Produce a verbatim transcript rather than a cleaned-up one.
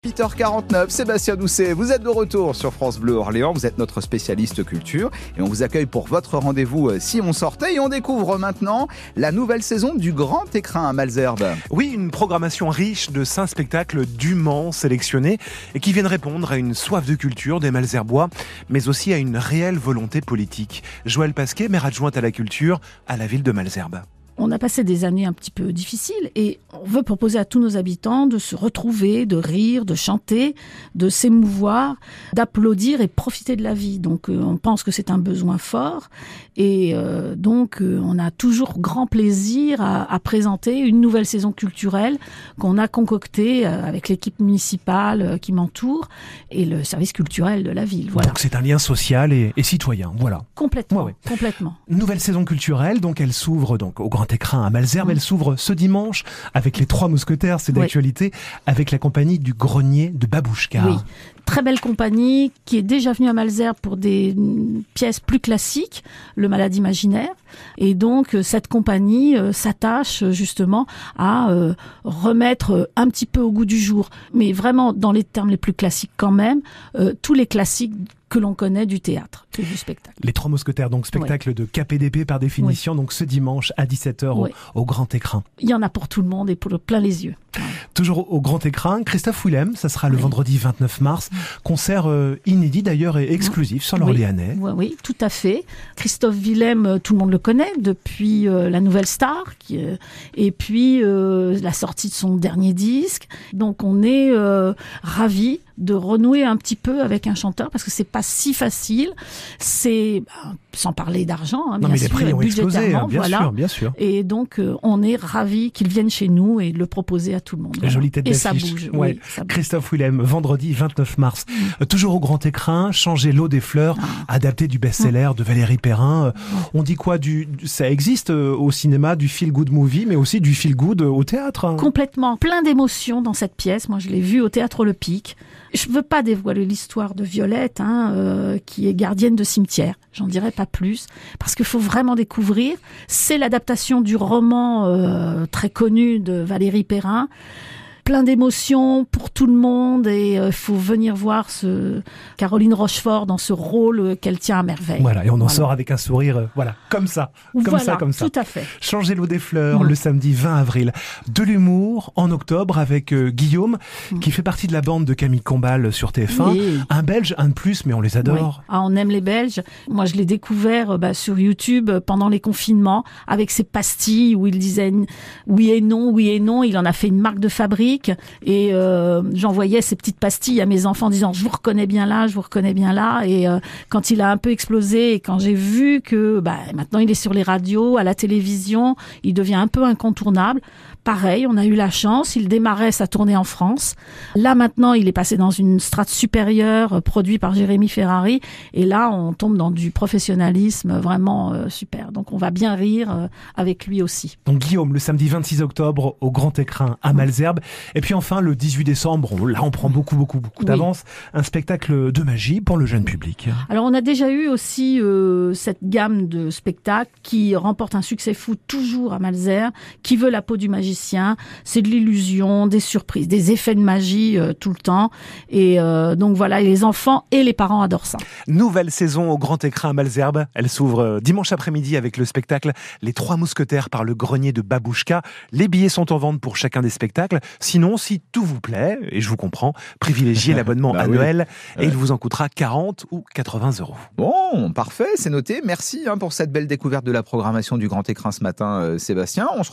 huit heures quarante-neuf, Sébastien Doucet, vous êtes de retour sur France Bleu Orléans, vous êtes notre spécialiste culture et on vous accueille pour votre rendez-vous Si on sortait et on découvre maintenant la nouvelle saison du Grand Écrin à Malesherbes. Oui, une programmation riche de cinq spectacles dûment sélectionnés et qui viennent répondre à une soif de culture des Malesherbois, mais aussi à une réelle volonté politique. Joëlle Pasquet, maire adjointe à la culture à la ville de Malesherbes. On a passé des années un petit peu difficiles et on veut proposer à tous nos habitants de se retrouver, de rire, de chanter, de s'émouvoir, d'applaudir et profiter de la vie. Donc euh, on pense que c'est un besoin fort et euh, donc euh, on a toujours grand plaisir à, à présenter une nouvelle saison culturelle qu'on a concoctée euh, avec l'équipe municipale euh, qui m'entoure et le service culturel de la ville. Voilà. Donc c'est un lien social et, et citoyen, voilà. Complètement, ouais, ouais. complètement. Nouvelle saison culturelle, donc elle s'ouvre donc au Grand Écrin à Malesherbes. Mmh. Elle s'ouvre ce dimanche avec les Trois Mousquetaires, c'est d'actualité, oui. Avec la compagnie du Grenier de Babouchka. Oui, très belle compagnie qui est déjà venue à Malesherbes pour des pièces plus classiques, Le Malade imaginaire. Et donc cette compagnie euh, s'attache justement à euh, remettre un petit peu au goût du jour, mais vraiment dans les termes les plus classiques quand même, euh, tous les classiques que l'on connaît du théâtre et du spectacle. Les Trois Mousquetaires, donc spectacle oui. de K P D P par définition, oui. donc ce dimanche à dix-sept heures oui. au, au Grand Écrin. Il y en a pour tout le monde et pour plein les yeux. Ouais. Toujours au Grand Écrin, Christophe Willem, ça sera le oui. vendredi vingt-neuf mars, concert euh, inédit d'ailleurs et exclusif sur l'Orléanais. Oui. oui, oui, tout à fait. Christophe Willem, tout le monde le connaît depuis euh, La Nouvelle Star qui, euh, et puis euh, la sortie de son dernier disque. Donc on est euh, ravis de renouer un petit peu avec un chanteur parce que c'est pas si facile. C'est bah, sans parler d'argent, hein, non, bien mais sûr, les prix ont explosé, hein, bien voilà. sûr, bien sûr. Et donc euh, on est ravis qu'il vienne chez nous et le proposer à tout le monde. Voilà. Jolie tête et d'affiche. Ça bouge, ouais. oui, ça bouge. Christophe Willem, vendredi vingt-neuf mars. Mmh. Euh, toujours au Grand Écrin, Changer l'eau des fleurs, ah. adapté du best-seller mmh. de Valérie Perrin. Euh, mmh. On dit quoi du, ça existe euh, au cinéma du feel-good movie, mais aussi du feel-good au théâtre. Hein. Complètement, plein d'émotions dans cette pièce. Moi, je l'ai vue au Théâtre Le Pic. Je veux pas dévoiler l'histoire de Violette, hein, euh, qui est gardienne de cimetière. J'en dirai pas plus, parce qu'il faut vraiment découvrir. C'est l'adaptation du roman euh, très connu de Valérie Perrin. Plein d'émotions pour tout le monde et il euh, faut venir voir ce Caroline Rochefort dans ce rôle euh, qu'elle tient à merveille. Voilà, et on en voilà. sort avec un sourire, euh, voilà, comme ça, comme voilà, ça, comme ça. Tout à fait. Changer l'eau des fleurs, mmh. le samedi vingt avril. De l'humour en octobre avec euh, Guillaume, mmh. qui fait partie de la bande de Camille Combal sur T F un. Oui. Un Belge, un de plus, mais on les adore. Oui. Ah, on aime les Belges. Moi, je l'ai découvert bah, sur YouTube pendant les confinements avec ses pastilles où il disait oui et non, oui et non. Il en a fait une marque de fabrique. Et euh, j'envoyais ces petites pastilles à mes enfants en disant je vous reconnais bien là, je vous reconnais bien là. Et euh, quand il a un peu explosé et quand j'ai vu que bah, maintenant il est sur les radios, à la télévision, il devient un peu incontournable. Pareil, on a eu la chance, il démarrait sa tournée en France. Là maintenant, il est passé dans une strate supérieure, euh, produit par Jérémy Ferrari. Et là, on tombe dans du professionnalisme vraiment euh, super. Donc on va bien rire euh, avec lui aussi. Donc Guillaume, le samedi vingt-six octobre au Grand Écrin à Malesherbes. Et puis enfin, le dix-huit décembre, on, là on prend beaucoup, beaucoup, beaucoup d'avance. Oui. Un spectacle de magie pour le jeune public. Alors on a déjà eu aussi euh, cette gamme de spectacles qui remporte un succès fou toujours à Malesherbes, qui veut la peau du magicien. C'est de l'illusion, des surprises, des effets de magie euh, tout le temps. Et euh, donc voilà, et les enfants et les parents adorent ça. Nouvelle saison au Grand Écrin à Malesherbes. Elle s'ouvre dimanche après-midi avec le spectacle Les Trois Mousquetaires par le Grenier de Babouchka. Les billets sont en vente pour chacun des spectacles. Sinon, si tout vous plaît, et je vous comprends, privilégiez l'abonnement bah annuel oui. et ouais. il vous en coûtera quarante ou quatre-vingts euros. Bon, parfait, c'est noté. Merci hein, pour cette belle découverte de la programmation du Grand Écrin ce matin, euh, Sébastien. On se